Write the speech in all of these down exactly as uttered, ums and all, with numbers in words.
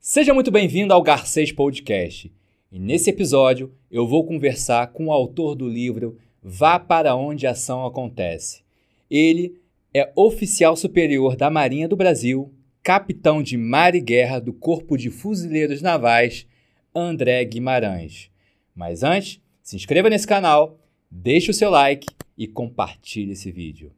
Seja muito bem-vindo ao Garcês Podcast. E nesse episódio eu vou conversar com o autor do livro Vá para onde a ação acontece. Ele é oficial superior da Marinha do Brasil, capitão de mar e guerra do Corpo de Fuzileiros Navais, André Guimarães. Mas antes, se inscreva nesse canal, deixe o seu like e compartilhe esse vídeo.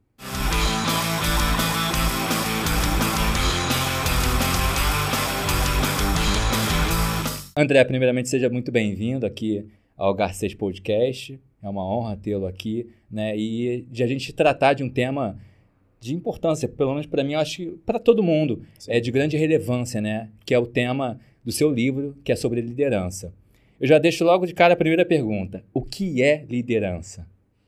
André, primeiramente, seja muito bem-vindo aqui ao Garcês Podcast. É uma honra tê-lo aqui, né? E de a gente tratar de um tema de importância, pelo menos para mim, eu acho que para todo mundo, Sim. é de grande relevância, né? Que é o tema do seu livro, que é sobre liderança. Eu já deixo logo de cara a primeira pergunta. O que é liderança?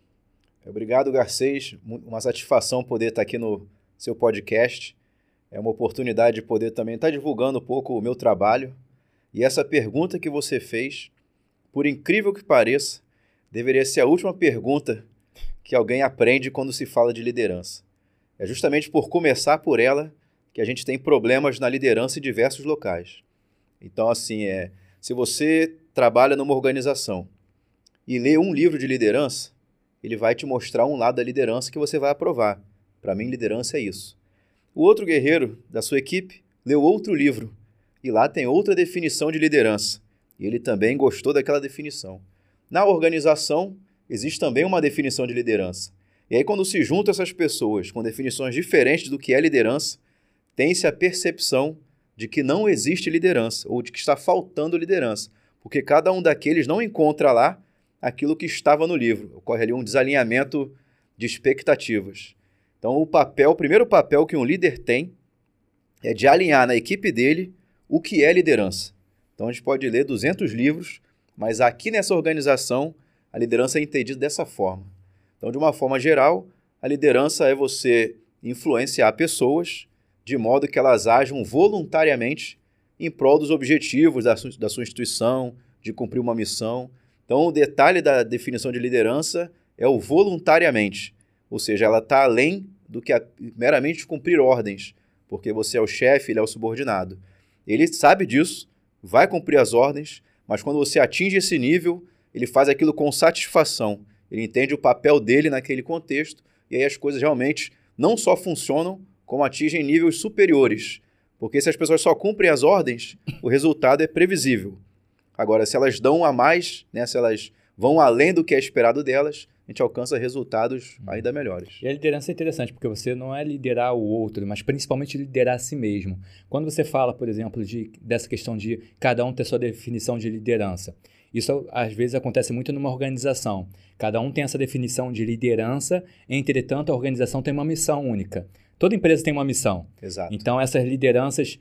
Obrigado, Garcês. Uma satisfação poder estar aqui no seu podcast. É uma oportunidade de poder também estar divulgando um pouco o meu trabalho. E essa pergunta que você fez, por incrível que pareça, deveria ser a última pergunta que alguém aprende quando se fala de liderança. É justamente por começar por ela que a gente tem problemas na liderança em diversos locais. Então, assim, é, se você trabalha numa organização e lê um livro de liderança, ele vai te mostrar um lado da liderança que você vai aprovar. Para mim, liderança é isso. O outro guerreiro da sua equipe leu outro livro, e lá tem outra definição de liderança. E ele também gostou daquela definição. Na organização, existe também uma definição de liderança. E aí, quando se juntam essas pessoas com definições diferentes do que é liderança, tem-se a percepção de que não existe liderança, ou de que está faltando liderança, porque cada um daqueles não encontra lá aquilo que estava no livro. Ocorre ali um desalinhamento de expectativas. Então, o papel, o primeiro papel que um líder tem é de alinhar na equipe dele o que é liderança. Então, a gente pode ler duzentos livros, mas aqui nessa organização, a liderança é entendida dessa forma. Então, de uma forma geral, a liderança é você influenciar pessoas de modo que elas ajam voluntariamente em prol dos objetivos da sua, da sua instituição, de cumprir uma missão. Então, o detalhe da definição de liderança é o voluntariamente, ou seja, ela está além do que a, meramente cumprir ordens, porque você é o chefe, ele é o subordinado. Ele sabe disso, vai cumprir as ordens, mas quando você atinge esse nível, ele faz aquilo com satisfação. Ele entende o papel dele naquele contexto e aí as coisas realmente não só funcionam, como atingem níveis superiores. Porque se as pessoas só cumprem as ordens, o resultado é previsível. Agora, se elas dão a mais, né, se elas vão além do que é esperado delas, a gente alcança resultados ainda melhores. E a liderança é interessante, porque você não é liderar o outro, mas principalmente liderar a si mesmo. Quando você fala, por exemplo, de, dessa questão de cada um ter sua definição de liderança, isso às vezes acontece muito numa organização. Cada um tem essa definição de liderança, entretanto a organização tem uma missão única. Toda empresa tem uma missão. Exato. Então essas lideranças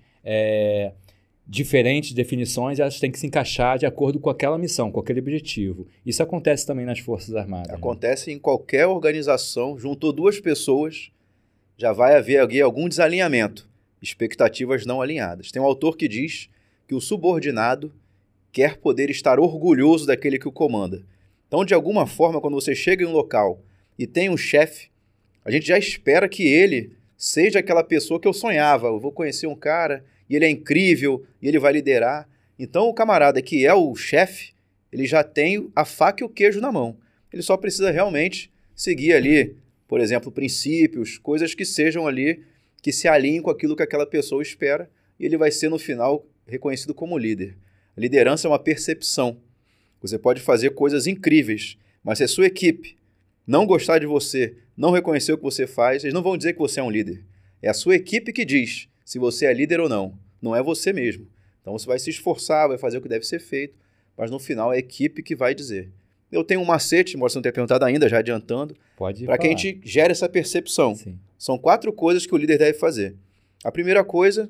é, diferentes definições, elas têm que se encaixar de acordo com aquela missão, com aquele objetivo. Isso acontece também nas Forças Armadas. Acontece, né? Em qualquer organização, juntou duas pessoas, já vai haver aqui algum desalinhamento, expectativas não alinhadas. Tem um autor que diz que o subordinado quer poder estar orgulhoso daquele que o comanda. Então, de alguma forma, quando você chega em um local e tem um chefe, a gente já espera que ele seja aquela pessoa que eu sonhava. Eu vou conhecer um cara e ele é incrível e ele vai liderar. Então, o camarada que é o chefe, ele já tem a faca e o queijo na mão. Ele só precisa realmente seguir ali, por exemplo, princípios, coisas que sejam ali, que se alinhem com aquilo que aquela pessoa espera e ele vai ser, no final, reconhecido como líder. A liderança é uma percepção. Você pode fazer coisas incríveis, mas se a sua equipe não gostar de você, não reconhecer o que você faz, eles não vão dizer que você é um líder. É a sua equipe que diz se você é líder ou não. Não é você mesmo. Então você vai se esforçar, vai fazer o que deve ser feito, mas no final é a equipe que vai dizer. Eu tenho um macete, embora você não tenha perguntado ainda, já adiantando, para que a gente gere essa percepção. Sim. São quatro coisas que o líder deve fazer. A primeira coisa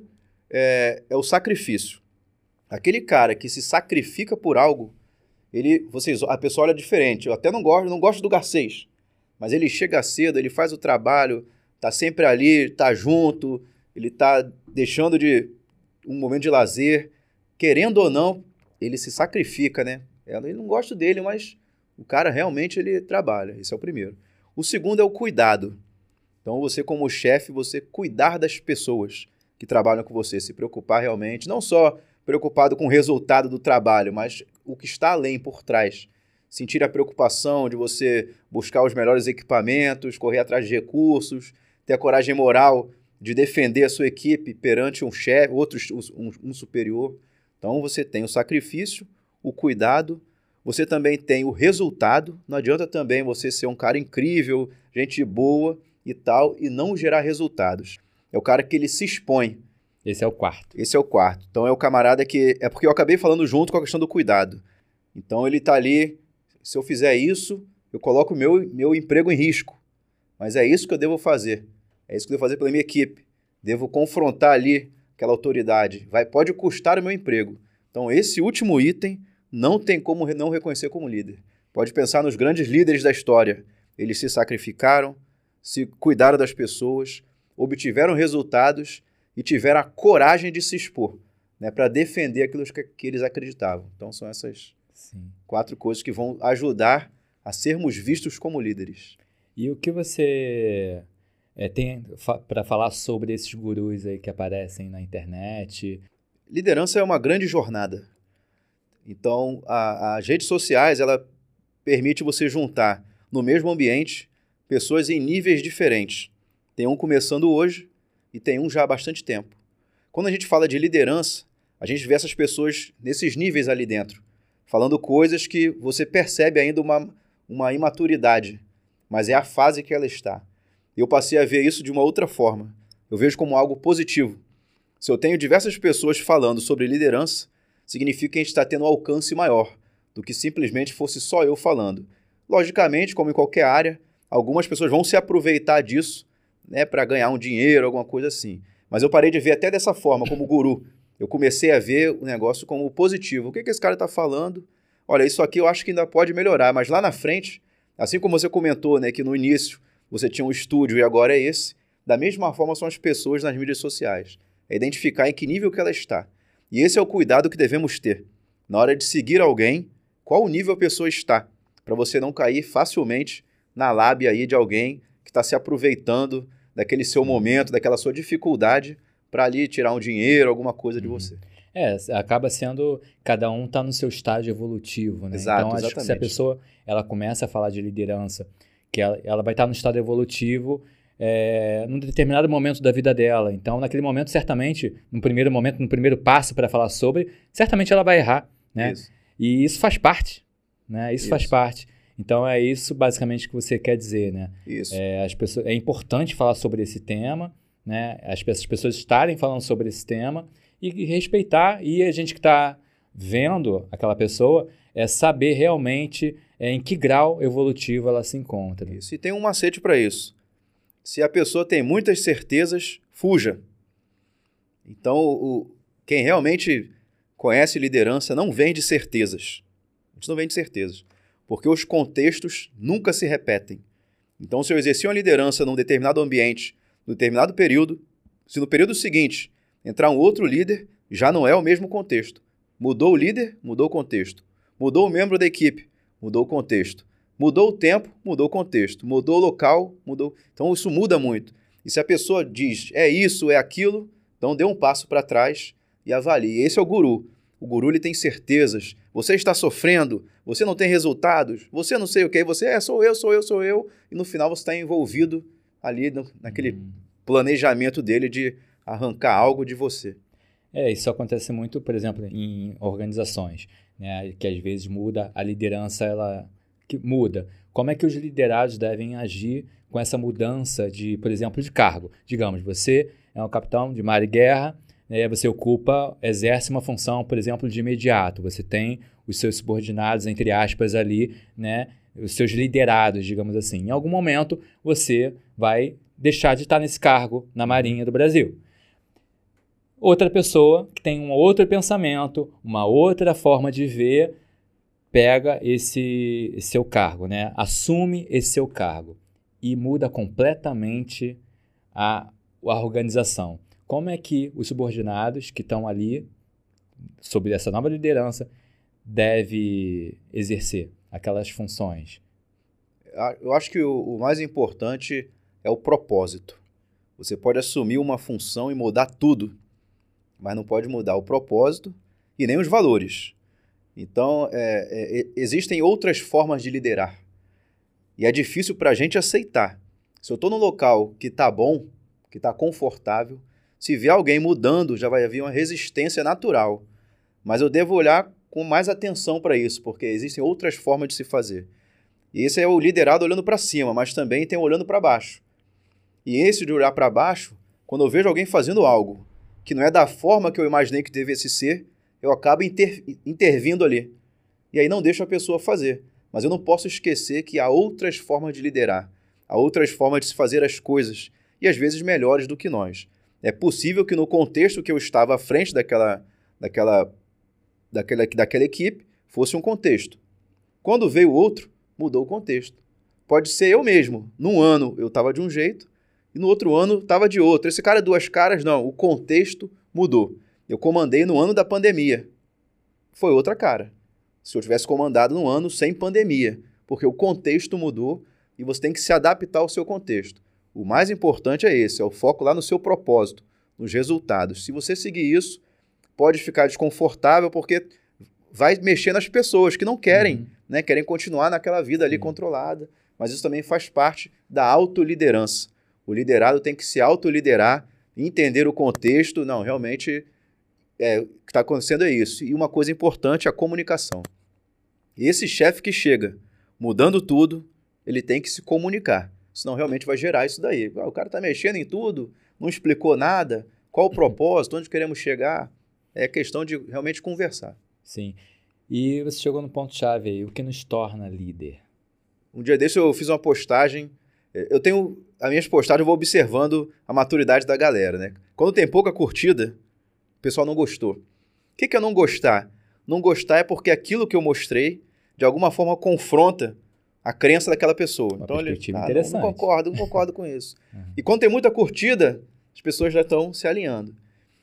é, é o sacrifício. Aquele cara que se sacrifica por algo, ele, vocês, a pessoa olha diferente. Eu até não gosto, não gosto do Garcês, mas ele chega cedo, ele faz o trabalho, tá sempre ali, tá junto, ele tá deixando de um momento de lazer, querendo ou não, ele se sacrifica, né? Eu não gosto dele, mas o cara realmente ele trabalha. Esse é o primeiro. O segundo é o cuidado. Então você como chefe, você cuidar das pessoas que trabalham com você, se preocupar realmente, não só preocupado com o resultado do trabalho, mas o que está além, por trás. Sentir a preocupação de você buscar os melhores equipamentos, correr atrás de recursos, ter a coragem moral de defender a sua equipe perante um chefe, outro, um, um superior. Então você tem o sacrifício, o cuidado, você também tem o resultado. Não adianta também você ser um cara incrível, gente boa e tal, e não gerar resultados. É o cara que ele se expõe. Esse é o quarto. Esse é o quarto. Então é o camarada que... É porque eu acabei falando junto com a questão do cuidado. Então ele tá ali, se eu fizer isso, eu coloco o meu, meu emprego em risco. Mas é isso que eu devo fazer. É isso que eu devo fazer pela minha equipe. Devo confrontar ali aquela autoridade. Vai, pode custar o meu emprego. Então esse último item não tem como não reconhecer como líder. Pode pensar nos grandes líderes da história. Eles se sacrificaram, se cuidaram das pessoas, obtiveram resultados e tiveram a coragem de se expor, né, para defender aquilo que, que eles acreditavam. Então são essas Sim. quatro coisas que vão ajudar a sermos vistos como líderes. E o que você é, tem fa- para falar sobre esses gurus aí que aparecem na internet? Liderança é uma grande jornada. Então, a, as redes sociais, ela permite você juntar no mesmo ambiente pessoas em níveis diferentes. Tem um começando hoje e tem um já há bastante tempo. Quando a gente fala de liderança, a gente vê essas pessoas nesses níveis ali dentro, falando coisas que você percebe ainda uma, uma imaturidade, mas é a fase que ela está. Eu passei a ver isso de uma outra forma. Eu vejo como algo positivo. Se eu tenho diversas pessoas falando sobre liderança, significa que a gente está tendo um alcance maior do que simplesmente fosse só eu falando. Logicamente, como em qualquer área, algumas pessoas vão se aproveitar disso, né, para ganhar um dinheiro, alguma coisa assim. Mas eu parei de ver até dessa forma, como guru. Eu comecei a ver o negócio como positivo. O que, que esse cara está falando? Olha, isso aqui eu acho que ainda pode melhorar, mas lá na frente, assim como você comentou, né, que no início você tinha um estúdio e agora é esse, da mesma forma são as pessoas nas mídias sociais. É identificar em que nível que ela está. E esse é o cuidado que devemos ter. Na hora de seguir alguém, qual nível a pessoa está, para você não cair facilmente na lábia aí de alguém que está se aproveitando daquele seu momento, daquela sua dificuldade, para ali tirar um dinheiro, alguma coisa de você. É, acaba sendo, cada um está no seu estágio evolutivo, né? Exato, então, acho exatamente. que se a pessoa ela começa a falar de liderança, que ela, ela vai estar no estado evolutivo é, num determinado momento da vida dela. Então, naquele momento, certamente, no primeiro momento, no primeiro passo para falar sobre, certamente ela vai errar, né? Isso. E isso faz parte, né? Isso, Isso. faz parte. Então, é isso basicamente que você quer dizer, né? Isso. É, as pessoas, é importante falar sobre esse tema, né? As, as pessoas estarem falando sobre esse tema e, e respeitar. E a gente que está vendo aquela pessoa é saber realmente é, em que grau evolutivo ela se encontra. Isso. E tem um macete para isso. Se a pessoa tem muitas certezas, fuja. Então, o, quem realmente conhece liderança não vem de certezas. A gente não vem de certezas. Porque os contextos nunca se repetem. Então, se eu exerci uma liderança num determinado ambiente, num determinado período, se no período seguinte entrar um outro líder, já não é o mesmo contexto. Mudou o líder, mudou o contexto. Mudou o membro da equipe, mudou o contexto. Mudou o tempo, mudou o contexto. Mudou o local, mudou... Então, isso muda muito. E se a pessoa diz, é isso, é aquilo, então dê um passo para trás e avalie. Esse é o guru. O guru ele tem certezas. Você está sofrendo, você não tem resultados, você não sei o que, você é, sou eu, sou eu, sou eu. E no final você está envolvido ali no, naquele hum. planejamento dele de arrancar algo de você. É, isso acontece muito, por exemplo, em organizações, né, que às vezes muda, a liderança ela que muda. Como é que os liderados devem agir com essa mudança de, por exemplo, de cargo? Digamos, você é um capitão de mar e guerra, né, você ocupa, exerce uma função, por exemplo, de imediato. Você tem os seus subordinados, entre aspas, ali, né, os seus liderados, digamos assim. Em algum momento, você vai deixar de estar nesse cargo na Marinha do Brasil. Outra pessoa que tem um outro pensamento, uma outra forma de ver, pega esse, esse seu cargo, né? Assume esse seu cargo e muda completamente a, a organização. Como é que os subordinados que estão ali, sob essa nova liderança, devem exercer aquelas funções? Eu acho que o, o mais importante é o propósito. Você pode assumir uma função e mudar tudo, mas não pode mudar o propósito e nem os valores. Então, é, é, existem outras formas de liderar. E é difícil para a gente aceitar. Se eu estou num local que está bom, que está confortável, se vier alguém mudando, já vai haver uma resistência natural. Mas eu devo olhar com mais atenção para isso, porque existem outras formas de se fazer. E esse é o liderado olhando para cima, mas também tem olhando para baixo. E esse de olhar para baixo, quando eu vejo alguém fazendo algo que não é da forma que eu imaginei que devesse ser, eu acabo inter, intervindo ali. E aí não deixo a pessoa fazer. Mas eu não posso esquecer que há outras formas de liderar, há outras formas de se fazer as coisas, e às vezes melhores do que nós. É possível que no contexto que eu estava à frente daquela, daquela, daquela, daquela equipe, fosse um contexto. Quando veio outro, mudou o contexto. Pode ser eu mesmo. Num ano eu estava de um jeito, e no outro ano estava de outro. Esse cara é duas caras? Não, o contexto mudou. Eu comandei no ano da pandemia. Foi outra cara. Se eu tivesse comandado no ano sem pandemia, porque o contexto mudou e você tem que se adaptar ao seu contexto. O mais importante é esse, é o foco lá no seu propósito, nos resultados. Se você seguir isso, pode ficar desconfortável porque vai mexer nas pessoas que não querem, uhum. né, querem continuar naquela vida ali uhum. controlada, mas isso também faz parte da autoliderança. O liderado tem que se autoliderar, entender o contexto, não, realmente... É, o que está acontecendo é isso. E uma coisa importante é a comunicação. E esse chefe que chega mudando tudo, ele tem que se comunicar. Senão realmente vai gerar isso daí. Ah, o cara está mexendo em tudo, não explicou nada, qual o propósito, onde queremos chegar. É questão de realmente conversar. Sim. E você chegou no ponto-chave aí, o que nos torna líder? Um dia desse eu fiz uma postagem, eu tenho, as minhas postagens eu vou observando a maturidade da galera, né? Quando tem pouca curtida, o pessoal não gostou. O que, que é não gostar? Não gostar é porque aquilo que eu mostrei, de alguma forma, confronta a crença daquela pessoa. Uma então, perspectiva ele, ah, interessante. Não, não concordo, não concordo com isso. Uhum. E quando tem muita curtida, as pessoas já estão se alinhando.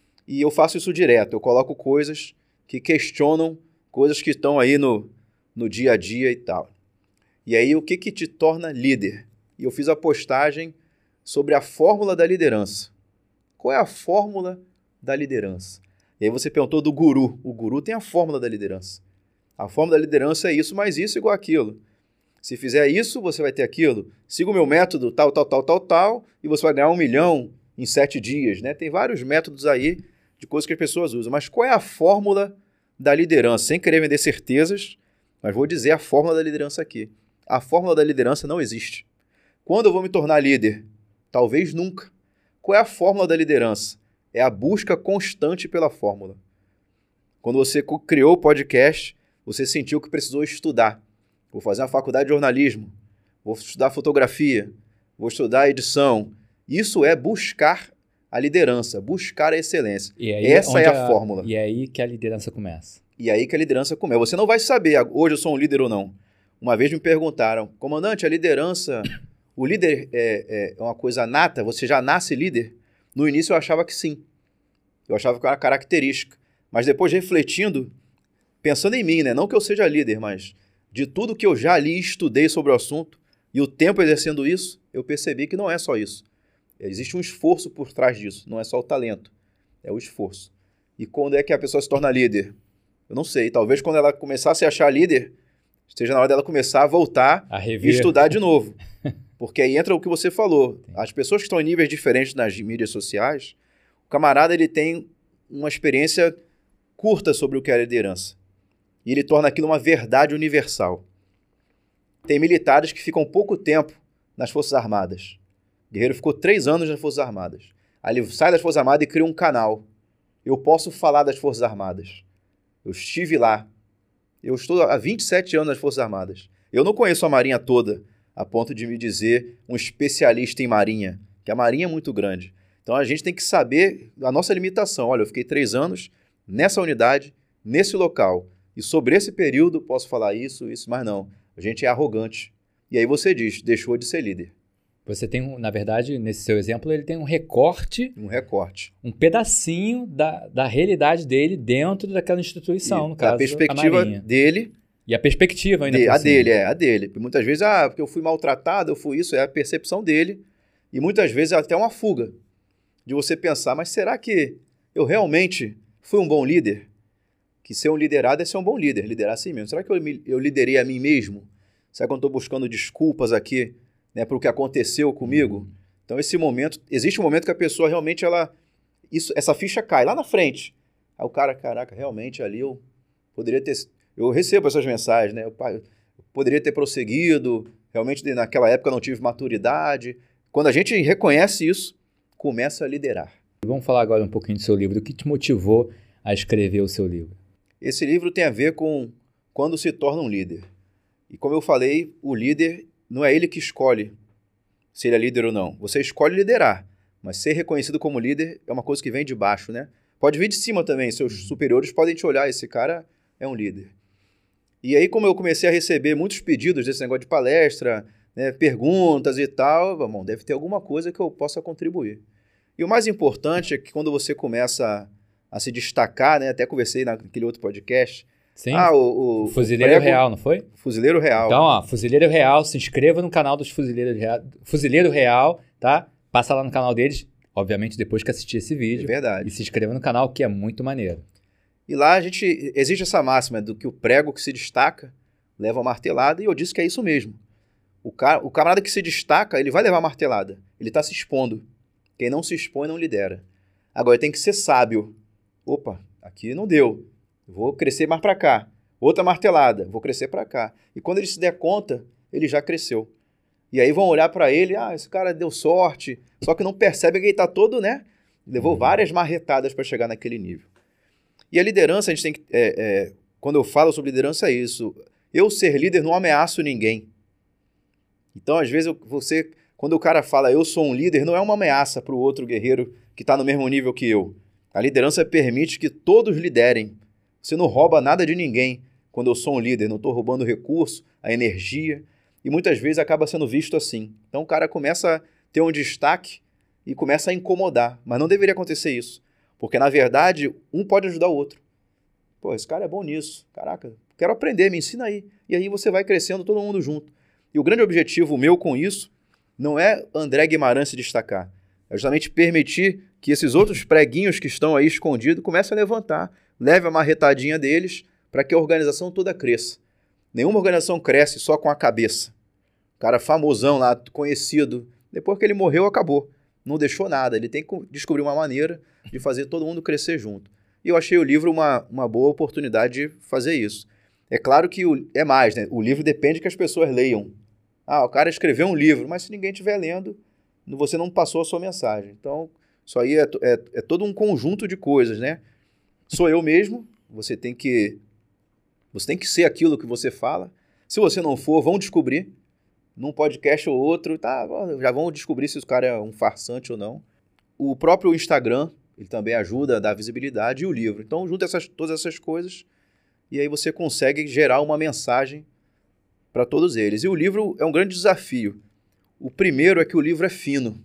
E eu faço isso direto. Eu coloco coisas que questionam, coisas que estão aí no, no dia a dia e tal. E aí, o que, que te torna líder? E eu fiz a postagem sobre a fórmula da liderança. Qual é a fórmula da liderança? E aí você perguntou do guru. O guru tem a fórmula da liderança. A fórmula da liderança é isso, mais isso igual aquilo. Se fizer isso, você vai ter aquilo. Siga o meu método, tal, tal, tal, tal, tal, e você vai ganhar um milhão em sete dias. Né? Tem vários métodos aí de coisas que as pessoas usam. Mas qual é a fórmula da liderança? Sem querer vender certezas, mas vou dizer a fórmula da liderança aqui. A fórmula da liderança não existe. Quando eu vou me tornar líder? Talvez nunca. Qual é a fórmula da liderança? É a busca constante pela fórmula. Quando você criou o podcast, você sentiu que precisou estudar. Vou fazer uma faculdade de jornalismo, vou estudar fotografia, vou estudar edição. Isso é buscar a liderança, buscar a excelência. E aí, Essa é a, a fórmula. E é aí que a liderança começa. E aí que a liderança começa. Você não vai saber, hoje eu sou um líder ou não. Uma vez me perguntaram, comandante, a liderança, o líder é, é uma coisa nata? Você já nasce líder? No início eu achava que sim. Eu achava que era uma característica. Mas depois refletindo, pensando em mim, né? Não que eu seja líder, mas de tudo que eu já li e estudei sobre o assunto, e o tempo exercendo isso, eu percebi que não é só isso. Existe um esforço por trás disso, não é só o talento, é o esforço. E quando é que a pessoa se torna líder? Eu não sei, talvez quando ela começar a se achar líder, esteja na hora dela começar a voltar a e estudar de novo. Porque aí entra o que você falou. As pessoas que estão em níveis diferentes nas mídias sociais, o camarada ele tem uma experiência curta sobre o que é liderança. E ele torna aquilo uma verdade universal. Tem militares que ficam pouco tempo nas Forças Armadas. O guerreiro ficou três anos nas Forças Armadas. Aí ele sai das Forças Armadas e cria um canal. Eu posso falar das Forças Armadas. Eu estive lá. Eu estou há vinte e sete anos nas Forças Armadas. Eu não conheço a Marinha toda, a ponto de me dizer um especialista em Marinha, que a Marinha é muito grande. Então a gente tem que saber a nossa limitação. Olha, eu fiquei três anos nessa unidade, nesse local. E sobre esse período posso falar isso, isso, mas não. A gente é arrogante. E aí você diz, deixou de ser líder. Você tem, um, na verdade, nesse seu exemplo, ele tem um recorte. Um recorte. Um pedacinho da, da realidade dele dentro daquela instituição, e no caso, a perspectiva a Marinha. dele. E a perspectiva ainda de, por A cima. dele, é, a dele. Muitas vezes, ah, porque eu fui maltratado, eu fui isso, é a percepção dele. E muitas vezes é até uma fuga de você pensar, mas será que eu realmente fui um bom líder? que ser um liderado é ser um bom líder, liderar a si mesmo. Será que eu, me, eu liderei a mim mesmo? Será que eu estou buscando desculpas aqui, né, para o que aconteceu comigo? Então, esse momento, existe um momento que a pessoa realmente, ela, isso, essa ficha cai lá na frente. Aí o cara, caraca, realmente ali eu poderia ter, eu recebo essas mensagens, né? Eu, eu poderia ter prosseguido, realmente naquela época eu não tive maturidade. Quando a gente reconhece isso, começa a liderar. Vamos falar agora um pouquinho do seu livro. O que te motivou a escrever o seu livro? Esse livro tem a ver com quando se torna um líder. E como eu falei, o líder não é ele que escolhe se ele é líder ou não. Você escolhe liderar, mas ser reconhecido como líder é uma coisa que vem de baixo, né? Pode vir de cima também, seus superiores podem te olhar, esse cara é um líder. E aí, como eu comecei a receber muitos pedidos desse negócio de palestra, né, perguntas e tal, bom, deve ter alguma coisa que eu possa contribuir. E o mais importante é que quando você começa a, a se destacar, né, até conversei naquele outro podcast. Sim, ah, o, o, o Fuzileiro o prego, Real, não foi? Fuzileiro Real. Então, ó, Fuzileiro Real, se inscreva no canal dos Fuzileiros Real, Fuzileiro Real, tá? Passa lá no canal deles, obviamente depois que assistir esse vídeo. É verdade. E se inscreva no canal, que é muito maneiro. E lá a gente, existe essa máxima do que o prego que se destaca leva a martelada, e eu disse que é isso mesmo. O, cara, o camarada que se destaca, ele vai levar a martelada. Ele está se expondo. Quem não se expõe não lidera. Agora, ele tem que ser sábio. Opa, aqui não deu. Vou crescer mais para cá. Outra martelada, vou crescer para cá. E quando ele se der conta, ele já cresceu. E aí vão olhar para ele, ah, esse cara deu sorte, só que não percebe que ele está todo, né? Levou uhum. várias marretadas para chegar naquele nível. E a liderança, a gente tem que... É, é, quando eu falo sobre liderança, é isso. Eu ser líder não ameaço ninguém. Então, às vezes, eu, você... Quando o cara fala, eu sou um líder, não é uma ameaça para o outro guerreiro que está no mesmo nível que eu. A liderança permite que todos liderem. Você não rouba nada de ninguém quando eu sou um líder. Não estou roubando recurso, a energia. E muitas vezes acaba sendo visto assim. Então o cara começa a ter um destaque e começa a incomodar. Mas não deveria acontecer isso. Porque, na verdade, um pode ajudar o outro. Pô, esse cara é bom nisso. Caraca, quero aprender, me ensina aí. E aí você vai crescendo todo mundo junto. E o grande objetivo meu com isso não é André Guimarães se destacar. É justamente permitir que esses outros preguinhos que estão aí escondidos comecem a levantar, leve a marretadinha deles para que a organização toda cresça. Nenhuma organização cresce só com a cabeça. O cara famosão lá, conhecido, depois que ele morreu, acabou. Não deixou nada. Ele tem que descobrir uma maneira de fazer todo mundo crescer junto. E eu achei o livro uma, uma boa oportunidade de fazer isso. É claro que o, é mais, né? O livro depende que as pessoas leiam. Ah, o cara escreveu um livro, mas se ninguém estiver lendo, você não passou a sua mensagem. Então, isso aí é, é, é todo um conjunto de coisas, né? Sou eu mesmo, você tem que, você tem que ser aquilo que você fala. Se você não for, vão descobrir. Num podcast ou outro, tá, já vão descobrir se o cara é um farsante ou não. O próprio Instagram, ele também ajuda a dar visibilidade, e o livro. Então, junta essas, todas essas coisas, e aí você consegue gerar uma mensagem para todos eles. E o livro é um grande desafio. O primeiro é que o livro é fino.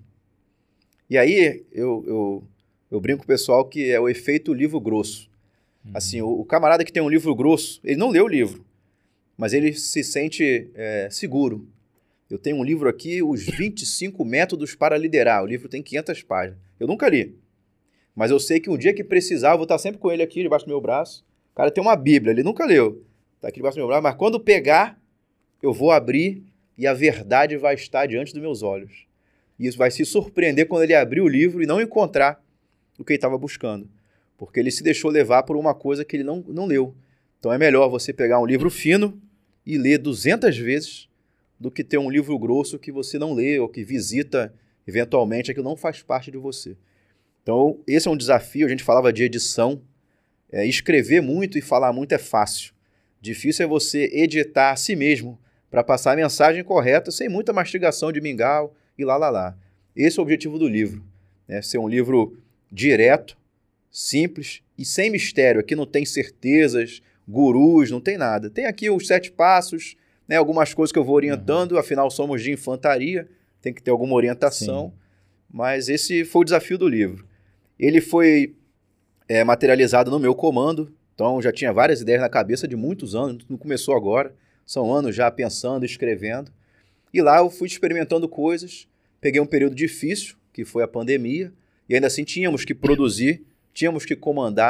E aí eu, eu, eu brinco com o pessoal que é o efeito livro grosso. Uhum. Assim, o, o camarada que tem um livro grosso, ele não lê o livro, mas ele se sente é, seguro. Eu tenho um livro aqui, Os vinte e cinco Métodos para Liderar. O livro tem quinhentas páginas. Eu nunca li. Mas eu sei que um dia que precisar, eu vou estar sempre com ele aqui, debaixo do meu braço. O cara tem uma Bíblia, ele nunca leu. Está aqui debaixo do meu braço, mas quando pegar, eu vou abrir e a verdade vai estar diante dos meus olhos. E isso vai se surpreender quando ele abrir o livro e não encontrar o que ele estava buscando. Porque ele se deixou levar por uma coisa que ele não, não leu. Então é melhor você pegar um livro fino e ler duzentas vezes do que ter um livro grosso que você não lê ou que visita eventualmente, aquilo não faz parte de você. Então esse é um desafio. A gente falava de edição. É, escrever muito e falar muito é fácil. Difícil é você editar a si mesmo para passar a mensagem correta, sem muita mastigação de mingau e lá, lá, lá. Esse é o objetivo do livro, né? Ser um livro direto, simples e sem mistério. Aqui não tem certezas, gurus, não tem nada. Tem aqui os sete passos, né? Algumas coisas que eu vou orientando, uhum. Afinal somos de infantaria, tem que ter alguma orientação, sim. Mas esse foi o desafio do livro. Ele foi é, materializado no meu comando, então já tinha várias ideias na cabeça de muitos anos, não começou agora. São anos já pensando, escrevendo. E lá eu fui experimentando coisas. Peguei um período difícil, que foi a pandemia. E ainda assim tínhamos que produzir, tínhamos que comandar,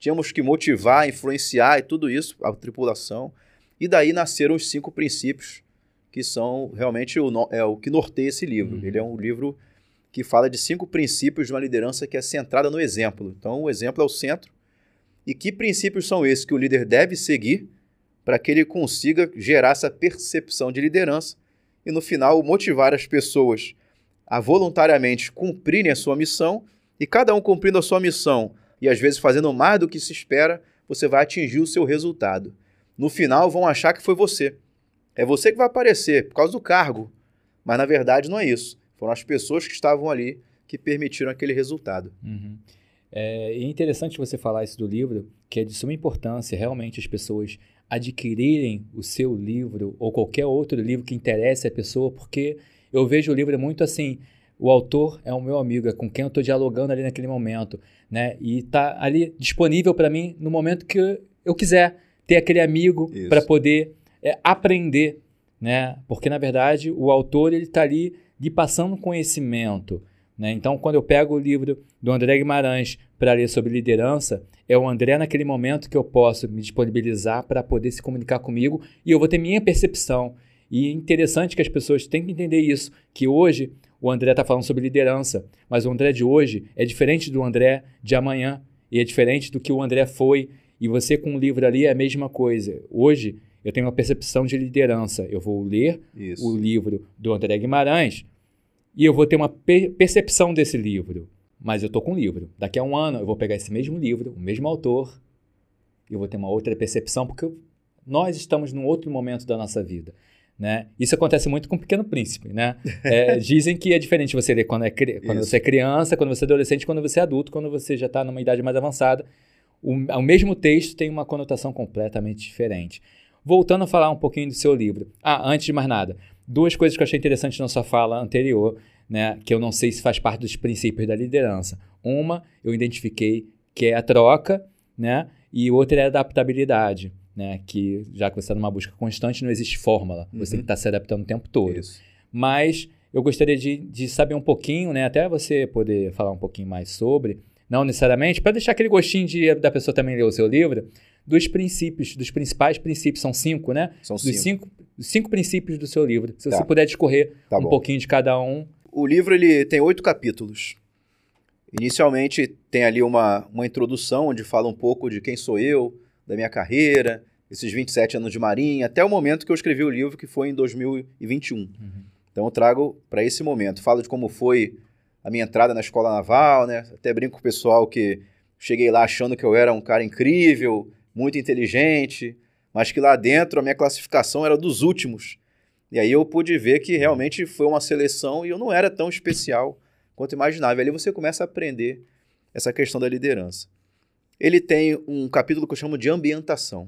tínhamos que motivar, influenciar e tudo isso, a tripulação. E daí nasceram os cinco princípios, que são realmente o, é, o que norteia esse livro. Uhum. Ele é um livro que fala de cinco princípios de uma liderança que é centrada no exemplo. Então, o exemplo é o centro. E que princípios são esses que o líder deve seguir para que ele consiga gerar essa percepção de liderança e, no final, motivar as pessoas a voluntariamente cumprirem a sua missão, e cada um cumprindo a sua missão e, às vezes, fazendo mais do que se espera, você vai atingir o seu resultado. No final, vão achar que foi você. É você que vai aparecer por causa do cargo, mas, na verdade, não é isso. Foram as pessoas que estavam ali que permitiram aquele resultado. Uhum. É interessante você falar isso do livro, que é de suma importância realmente as pessoas adquirirem o seu livro ou qualquer outro livro que interesse a pessoa, porque eu vejo o livro muito assim, o autor é o meu amigo, é com quem eu estou dialogando ali naquele momento, né? E está ali disponível para mim no momento que eu quiser ter aquele amigo para poder é, aprender, né? Porque, na verdade, o autor ele está ali lhe passando conhecimento, né? Então, quando eu pego o livro do André Guimarães para ler sobre liderança, é o André naquele momento que eu posso me disponibilizar para poder se comunicar comigo e eu vou ter minha percepção. E é interessante que as pessoas têm que entender isso, que hoje o André está falando sobre liderança, mas o André de hoje é diferente do André de amanhã e é diferente do que o André foi. E você com o livro ali é a mesma coisa. Hoje eu tenho uma percepção de liderança. Eu vou ler isso. O livro do André Guimarães e eu vou ter uma per- percepção desse livro. Mas eu estou com o livro. Daqui a um ano eu vou pegar esse mesmo livro, o mesmo autor, e eu vou ter uma outra percepção, porque nós estamos num outro momento da nossa vida, né? Isso acontece muito com o Pequeno Príncipe, né? É, dizem que é diferente você ler quando, é, quando você é criança, quando você é adolescente, quando você é adulto, quando você já está numa idade mais avançada. O, o mesmo texto tem uma conotação completamente diferente. Voltando a falar um pouquinho do seu livro. Ah, antes de mais nada, duas coisas que eu achei interessantes na sua fala anterior, né, que eu não sei se faz parte dos princípios da liderança. Uma, eu identifiquei que é a troca, né, e outra é a adaptabilidade, né, que já que você está numa busca constante, não existe fórmula, uhum. Você tem que estar se adaptando o tempo todo. Isso. Mas eu gostaria de, de saber um pouquinho, né, até você poder falar um pouquinho mais sobre, não necessariamente, para deixar aquele gostinho de, da pessoa também ler o seu livro, dos princípios, dos principais princípios, são cinco, né? São dos cinco. cinco. Cinco princípios do seu livro. Se tá. você puder discorrer tá um bom. pouquinho de cada um. O livro ele tem oito capítulos. Inicialmente tem ali uma, uma introdução onde fala um pouco de quem sou eu, da minha carreira, esses vinte e sete anos de marinha, até o momento que eu escrevi o livro, que foi em dois mil e vinte e um. Uhum. Então eu trago para esse momento. Falo de como foi a minha entrada na escola naval, né? Até brinco com o pessoal que cheguei lá achando que eu era um cara incrível, muito inteligente, mas que lá dentro a minha classificação era dos últimos. E aí eu pude ver que realmente foi uma seleção e eu não era tão especial quanto imaginava. E ali você começa a aprender essa questão da liderança. Ele tem um capítulo que eu chamo de ambientação.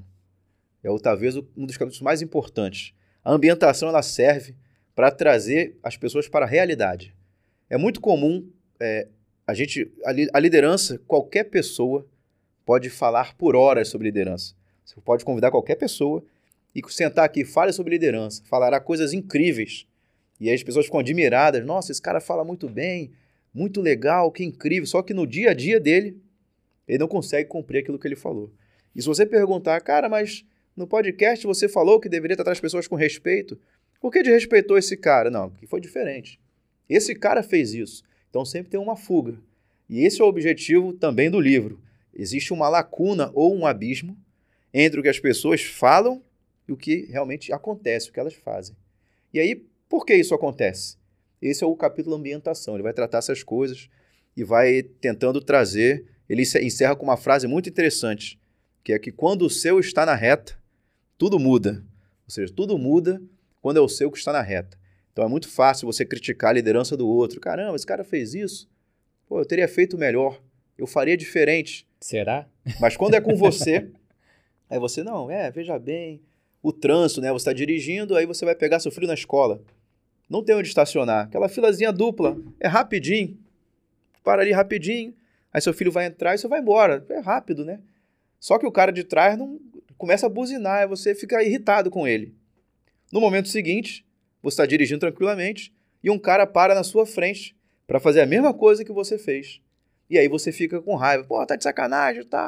É o, talvez um dos capítulos mais importantes. A ambientação ela serve para trazer as pessoas para a realidade. É muito comum, é, a, gente, a, li, a liderança, qualquer pessoa pode falar por horas sobre liderança. Você pode convidar qualquer pessoa e sentar aqui, fale sobre liderança, falará coisas incríveis. E aí as pessoas ficam admiradas, nossa, esse cara fala muito bem, muito legal, que incrível. Só que no dia a dia dele, ele não consegue cumprir aquilo que ele falou. E se você perguntar, cara, mas no podcast você falou que deveria tratar as pessoas com respeito, por que desrespeitou esse cara? Não, porque foi diferente. Esse cara fez isso. Então sempre tem uma fuga. E esse é o objetivo também do livro. Existe uma lacuna ou um abismo entre o que as pessoas falam e o que realmente acontece, o que elas fazem. E aí, por que isso acontece? Esse é o capítulo ambientação. Ele vai tratar essas coisas e vai tentando trazer... Ele encerra com uma frase muito interessante, que é que quando o seu está na reta, tudo muda. Ou seja, tudo muda quando é o seu que está na reta. Então é muito fácil você criticar a liderança do outro. Caramba, esse cara fez isso. Pô, eu teria feito melhor. Eu faria diferente. Será? Mas quando é com você, aí você, não, é, veja bem, o trânsito, né? Você está dirigindo, aí você vai pegar seu filho na escola. Não tem onde estacionar. Aquela filazinha dupla, é rapidinho. Para ali rapidinho. Aí seu filho vai entrar e você vai embora. É rápido, né? Só que o cara de trás não começa a buzinar e você fica irritado com ele. No momento seguinte, você está dirigindo tranquilamente e um cara para na sua frente para fazer a mesma coisa que você fez. E aí você fica com raiva. Pô, tá de sacanagem e tal.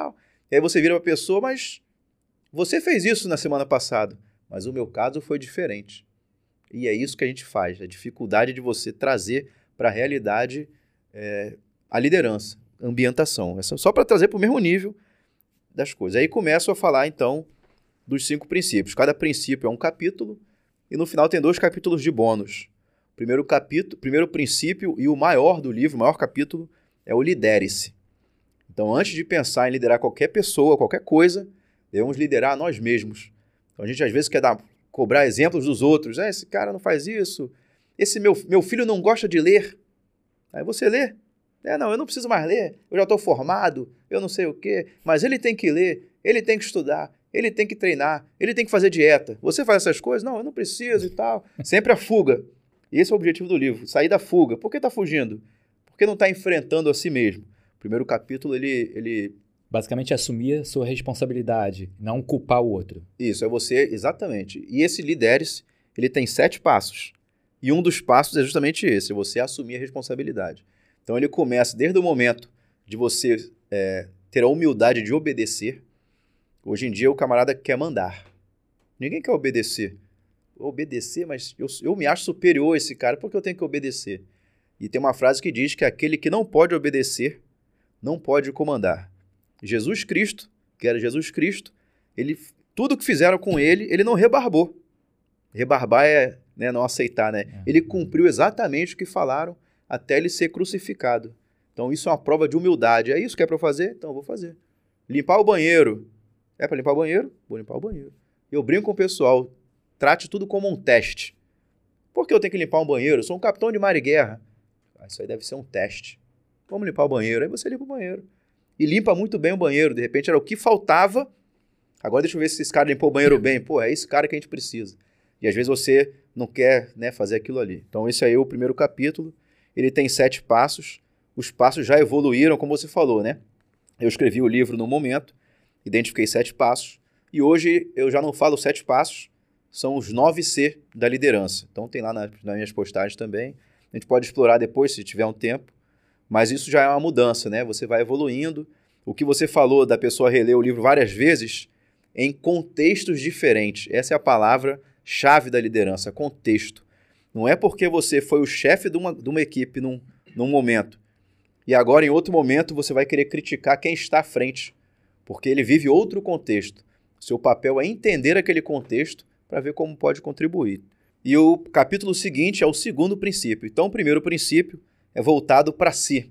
E aí você vira para a pessoa, mas você fez isso na semana passada, mas o meu caso foi diferente. E é isso que a gente faz, a dificuldade de você trazer para a realidade é, a liderança, a ambientação. Essa, só para trazer para o mesmo nível das coisas. Aí começo a falar, então, dos cinco princípios. Cada princípio é um capítulo e no final tem dois capítulos de bônus. O primeiro capítulo, primeiro princípio e o maior do livro, o maior capítulo, é o lidere-se. Então, antes de pensar em liderar qualquer pessoa, qualquer coisa, devemos liderar nós mesmos. Então, a gente às vezes quer dar, cobrar exemplos dos outros. Ah, esse cara não faz isso. Esse meu, meu filho não gosta de ler. Aí você lê. É, não, eu não preciso mais ler. Eu já estou formado, eu não sei o quê. Mas ele tem que ler, ele tem que estudar, ele tem que treinar, ele tem que fazer dieta. Você faz essas coisas? Não, eu não preciso e tal. Sempre a fuga. Esse é o objetivo do livro, sair da fuga. Por que está fugindo? Porque não está enfrentando a si mesmo. O primeiro capítulo, ele... ele... Basicamente, assumir a sua responsabilidade, não culpar o outro. Isso, é você, exatamente. E esse lidere-se, ele tem sete passos. E um dos passos é justamente esse, é você assumir a responsabilidade. Então, ele começa desde o momento de você é, ter a humildade de obedecer. Hoje em dia, o camarada quer mandar. Ninguém quer obedecer. Obedecer, mas eu, eu me acho superior a esse cara, porque eu tenho que obedecer. E tem uma frase que diz que aquele que não pode obedecer, não pode comandar. Jesus Cristo, que era Jesus Cristo, ele, tudo que fizeram com ele, ele não rebarbou. Rebarbar é, né, não aceitar, né? É. Ele cumpriu exatamente o que falaram até ele ser crucificado. Então isso é uma prova de humildade. É isso que é para eu fazer? Então eu vou fazer. Limpar o banheiro. É para limpar o banheiro? Vou limpar o banheiro. Eu brinco com o pessoal, trate tudo como um teste. Por que eu tenho que limpar um banheiro? Eu sou um capitão de mar e guerra. Ah, isso aí deve ser um teste. Vamos limpar o banheiro. Aí você limpa o banheiro. E limpa muito bem o banheiro. De repente era o que faltava. Agora deixa eu ver se esse cara limpou o banheiro bem. Pô, é esse cara que a gente precisa. E às vezes você não quer, né, fazer aquilo ali. Então esse aí é o primeiro capítulo. Ele tem sete passos. Os passos já evoluíram, como você falou, né? Eu escrevi o livro no momento, identifiquei sete passos. E hoje eu já não falo sete passos, são os nove C da liderança. Então tem lá nas, nas minhas postagens também. A gente pode explorar depois, se tiver um tempo. Mas isso já é uma mudança, né? Você vai evoluindo. O que você falou da pessoa reler o livro várias vezes, em contextos diferentes. Essa é a palavra-chave da liderança, contexto. Não é porque você foi o chefe de uma, de uma equipe num, num momento, e agora em outro momento você vai querer criticar quem está à frente, porque ele vive outro contexto. Seu papel é entender aquele contexto para ver como pode contribuir. E o capítulo seguinte é o segundo princípio. Então, o primeiro princípio é voltado para si.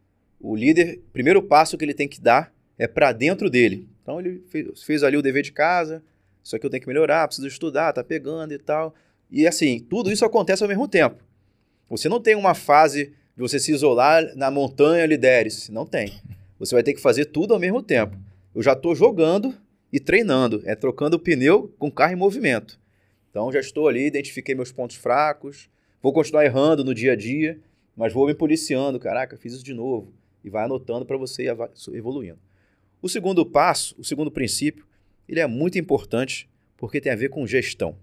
O líder, o primeiro passo que ele tem que dar é para dentro dele. Então, ele fez, fez ali o dever de casa, isso aqui eu tenho que melhorar, preciso estudar, tá pegando e tal. E assim, tudo isso acontece ao mesmo tempo. Você não tem uma fase de você se isolar na montanha, lidere-se. Não tem. Você vai ter que fazer tudo ao mesmo tempo. Eu já estou jogando e treinando, é trocando o pneu com o carro em movimento. Então, já estou ali, identifiquei meus pontos fracos, vou continuar errando no dia a dia, mas vou me policiando. Caraca, fiz isso de novo. E vai anotando para você ir evoluindo. O segundo passo, o segundo princípio, ele é muito importante porque tem a ver com gestão.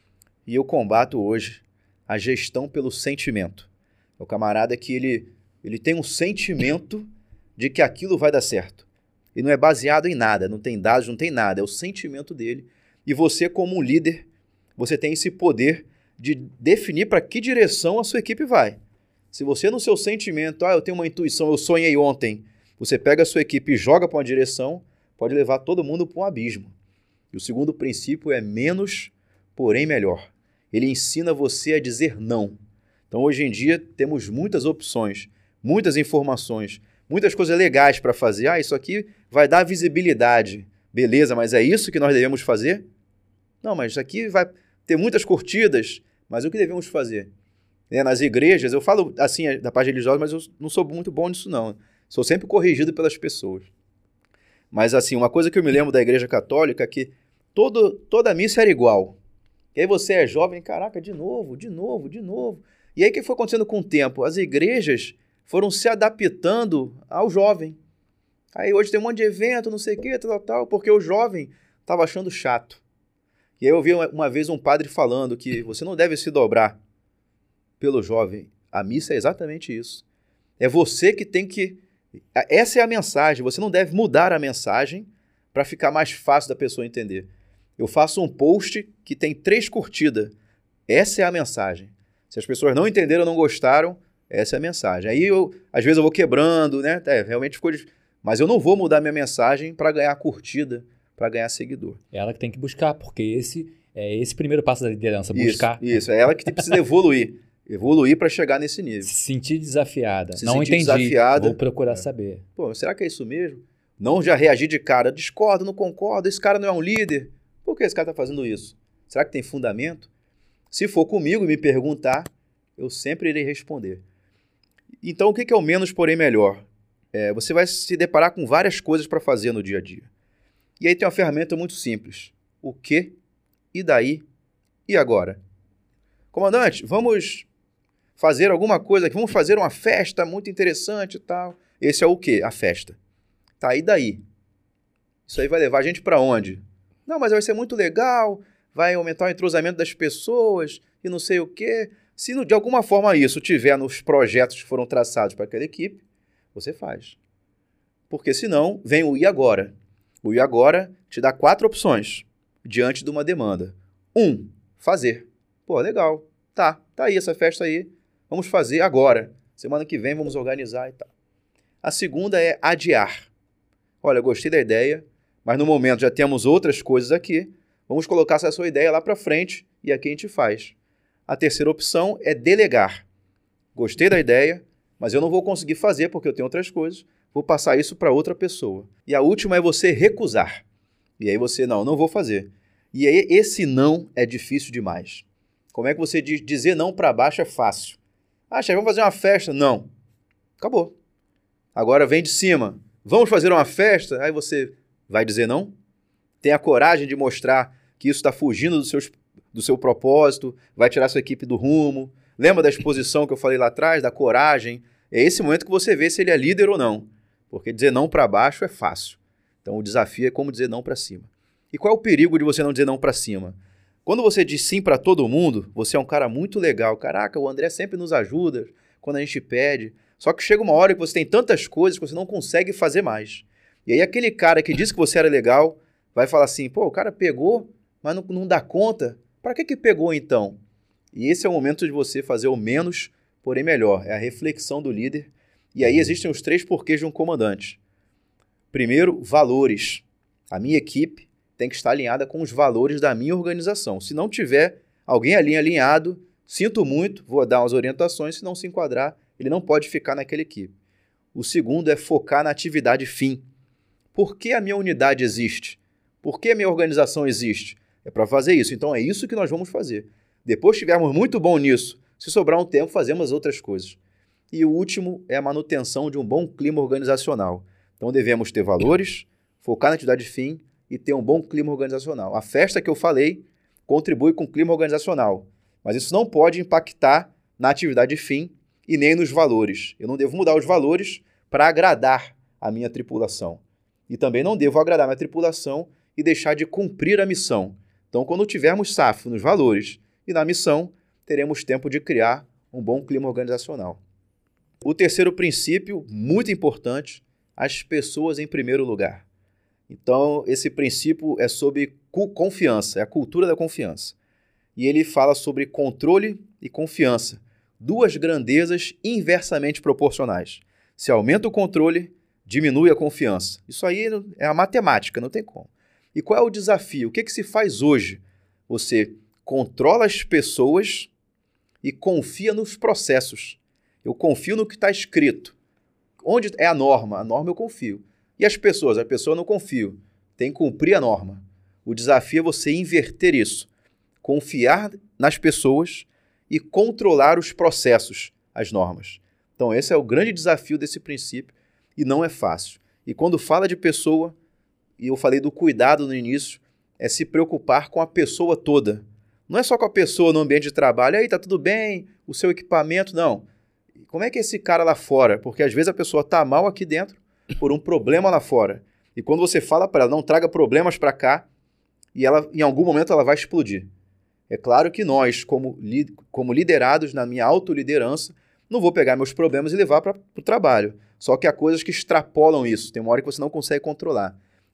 E eu combato hoje a gestão pelo sentimento. É o camarada que ele, ele tem um sentimento de que aquilo vai dar certo. E não é baseado em nada, não tem dados, não tem nada. É o sentimento dele. E você, como um líder, você tem esse poder de definir para que direção a sua equipe vai. Se você, no seu sentimento, ah, eu tenho uma intuição, eu sonhei ontem, você pega a sua equipe e joga para uma direção, pode levar todo mundo para um abismo. E o segundo princípio é menos, porém melhor. Ele ensina você a dizer não. Então, hoje em dia, temos muitas opções, muitas informações, muitas coisas legais para fazer. Ah, isso aqui vai dar visibilidade. Beleza, mas é isso que nós devemos fazer? Não, mas isso aqui vai ter muitas curtidas, mas o que devemos fazer? É, nas igrejas, eu falo assim da parte religiosa, mas eu não sou muito bom nisso não. Sou sempre corrigido pelas pessoas. Mas assim, uma coisa que eu me lembro da igreja católica é que todo, toda missa era igual. E aí você é jovem, caraca, de novo, de novo, de novo. E aí o que foi acontecendo com o tempo? As igrejas foram se adaptando ao jovem. Aí hoje tem um monte de evento, não sei o que, tal, tal, porque o jovem estava achando chato. E aí eu ouvi uma, uma vez um padre falando que você não deve se dobrar pelo jovem. A missa é exatamente isso. É você que tem que... Essa é a mensagem. Você não deve mudar a mensagem para ficar mais fácil da pessoa entender. Eu faço um post que tem três curtidas. Essa é a mensagem. Se as pessoas não entenderam ou não gostaram, essa é a mensagem. Aí, eu, às vezes, eu vou quebrando, né? É, realmente ficou difícil. Mas eu não vou mudar minha mensagem para ganhar curtida, para ganhar seguidor. É ela que tem que buscar, porque esse é esse primeiro passo da liderança, isso, buscar. Isso, é ela que precisa evoluir. Evoluir para chegar nesse nível. Se sentir desafiada. Se não sentir entendi, desafiada, vou procurar é. saber. Pô, será que é isso mesmo? Não já reagir de cara, discordo, não concordo, esse cara não é um líder. Por que esse cara está fazendo isso? Será que tem fundamento? Se for comigo e me perguntar, eu sempre irei responder. Então, o que é o menos, porém melhor? É, você vai se deparar com várias coisas para fazer no dia a dia. E aí tem uma ferramenta muito simples. O que? E daí? E agora? Comandante, vamos fazer alguma coisa aqui, vamos fazer uma festa muito interessante e tal. Esse é o quê? A festa. Tá, e daí? Isso aí vai levar a gente para onde? Não, mas vai ser muito legal, vai aumentar o entrosamento das pessoas e não sei o quê. Se de alguma forma isso tiver nos projetos que foram traçados para aquela equipe, você faz. Porque senão vem o e agora. O e agora te dá quatro opções diante de uma demanda. Um, fazer. Pô, legal. Tá, tá aí essa festa aí. Vamos fazer agora. Semana que vem vamos organizar e tal. A segunda é adiar. Olha, gostei da ideia, mas no momento já temos outras coisas aqui. Vamos colocar essa sua ideia lá para frente e aqui a gente faz. A terceira opção é delegar. Gostei da ideia, mas eu não vou conseguir fazer porque eu tenho outras coisas. Vou passar isso para outra pessoa. E a última é você recusar. E aí você, não, não vou fazer. E aí esse não é difícil demais. Como é que você diz? Dizer não para baixo é fácil. Ah, chefe, vamos fazer uma festa? Não. Acabou. Agora vem de cima. Vamos fazer uma festa? Aí você vai dizer não? Tem a coragem de mostrar que isso está fugindo do, seus, do seu propósito, vai tirar sua equipe do rumo. Lembra da exposição que eu falei lá atrás, da coragem? É esse momento que você vê se ele é líder ou não. Porque dizer não para baixo é fácil. Então o desafio é como dizer não para cima. E qual é o perigo de você não dizer não para cima? Quando você diz sim para todo mundo, você é um cara muito legal. Caraca, o André sempre nos ajuda quando a gente pede. Só que chega uma hora que você tem tantas coisas que você não consegue fazer mais. E aí aquele cara que disse que você era legal vai falar assim, pô, o cara pegou, mas não, não dá conta. Para que que pegou então? E esse é o momento de você fazer o menos, porém melhor. É a reflexão do líder. E aí existem os três porquês de um comandante. Primeiro, valores. A minha equipe tem que estar alinhada com os valores da minha organização. Se não tiver alguém ali alinhado, sinto muito, vou dar umas orientações, se não se enquadrar, ele não pode ficar naquela equipe. O segundo é focar na atividade fim. Por que a minha unidade existe? Por que a minha organização existe? É para fazer isso. Então é isso que nós vamos fazer. Depois que estivermos muito bom nisso, se sobrar um tempo, fazemos outras coisas. E o último é a manutenção de um bom clima organizacional. Então devemos ter valores, focar na atividade fim e ter um bom clima organizacional. A festa que eu falei contribui com o clima organizacional, mas isso não pode impactar na atividade fim e nem nos valores. Eu não devo mudar os valores para agradar a minha tripulação. E também não devo agradar a minha tripulação e deixar de cumprir a missão. Então, quando tivermos safo nos valores e na missão, teremos tempo de criar um bom clima organizacional. O terceiro princípio, muito importante, as pessoas em primeiro lugar. Então, esse princípio é sobre confiança, é a cultura da confiança. E ele fala sobre controle e confiança, duas grandezas inversamente proporcionais. Se aumenta o controle, diminui a confiança. Isso aí é a matemática, não tem como. E qual é o desafio? O que, que se faz hoje? Você controla as pessoas e confia nos processos. Eu confio no que está escrito. Onde é a norma? A norma eu confio. E as pessoas? A pessoa eu não confio. Tem que cumprir a norma. O desafio é você inverter isso. Confiar nas pessoas e controlar os processos, as normas. Então esse é o grande desafio desse princípio e não é fácil. E quando fala de pessoa, e eu falei do cuidado no início, é se preocupar com a pessoa toda. Não é só com a pessoa no ambiente de trabalho, aí tá tudo bem, o seu equipamento, não. Como é que é esse cara lá fora? Porque às vezes a pessoa tá mal aqui dentro por um problema lá fora. E quando você fala para ela, não traga problemas para cá, e ela, em algum momento ela vai explodir. É claro que nós, como, li, como liderados na minha autoliderança, não vou pegar meus problemas e levar para o trabalho. Só que há coisas que extrapolam isso. Tem uma hora que você não consegue controlar.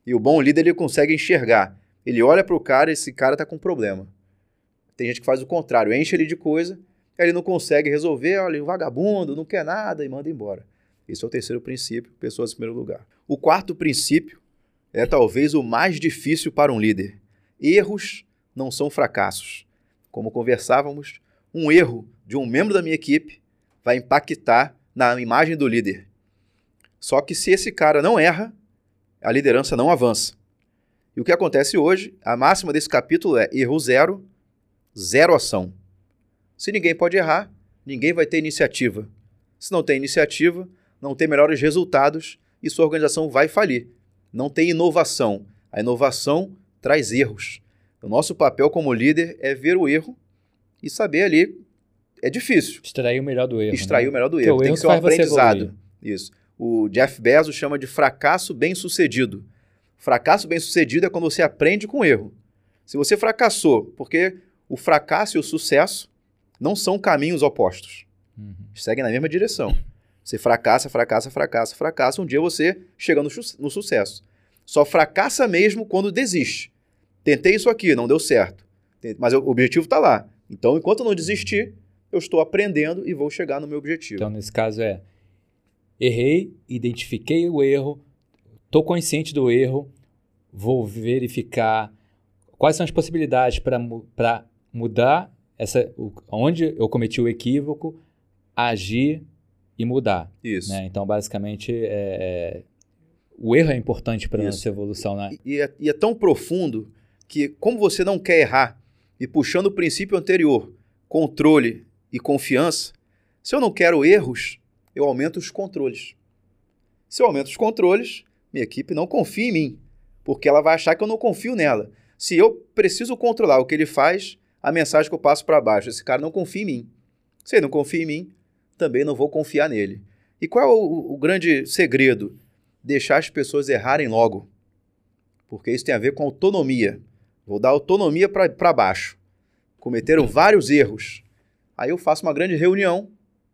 E o bom líder, ele consegue enxergar. Ele olha para o cara e esse cara está com problema. Tem gente que faz o contrário, enche ele de coisa, aí ele não consegue resolver, olha, o vagabundo, não quer nada e manda embora. Esse é o terceiro princípio, pessoas em primeiro lugar. O quarto princípio é talvez o mais difícil para um líder. Erros não são fracassos. Como conversávamos, um erro de um membro da minha equipe vai impactar na imagem do líder. Só que se esse cara não erra, a liderança não avança. E o que acontece hoje, a máxima desse capítulo é erro zero, zero ação. Se ninguém pode errar, ninguém vai ter iniciativa. Se não tem iniciativa, não tem melhores resultados e sua organização vai falir. Não tem inovação. A inovação traz erros. O nosso papel como líder é ver o erro e saber ali. É difícil. Extrair o melhor do erro. Extrair né? o melhor do erro. Tem erro que ser um aprendizado. Isso. O Jeff Bezos chama de fracasso bem-sucedido. Fracasso bem-sucedido é quando você aprende com o erro. Se você fracassou, porque o fracasso e o sucesso não são caminhos opostos. Uhum. Seguem na mesma direção. Você fracassa, fracassa, fracassa, fracassa. Um dia você chega no, no sucesso. Só fracassa mesmo quando desiste. Tentei isso aqui, não deu certo. Mas o objetivo está lá. Então, enquanto eu não desistir, eu estou aprendendo e vou chegar no meu objetivo. Então, nesse caso é, errei, identifiquei o erro, estou consciente do erro, vou verificar quais são as possibilidades para mudar essa, onde eu cometi o equívoco, agir e mudar. Isso. Né? Então, basicamente, é, o erro é importante para a nossa evolução. Né? E, e, é, e é tão profundo que, como você não quer errar, e puxando o princípio anterior, controle e confiança, se eu não quero erros, eu aumento os controles. Se eu aumento os controles, minha equipe não confia em mim, porque ela vai achar que eu não confio nela. Se eu preciso controlar o que ele faz, a mensagem que eu passo para baixo, esse cara não confia em mim. Se ele não confia em mim, também não vou confiar nele. E qual é o, o grande segredo? Deixar as pessoas errarem logo. Porque isso tem a ver com autonomia. Vou dar autonomia para baixo. Cometeram vários erros. Aí eu faço uma grande reunião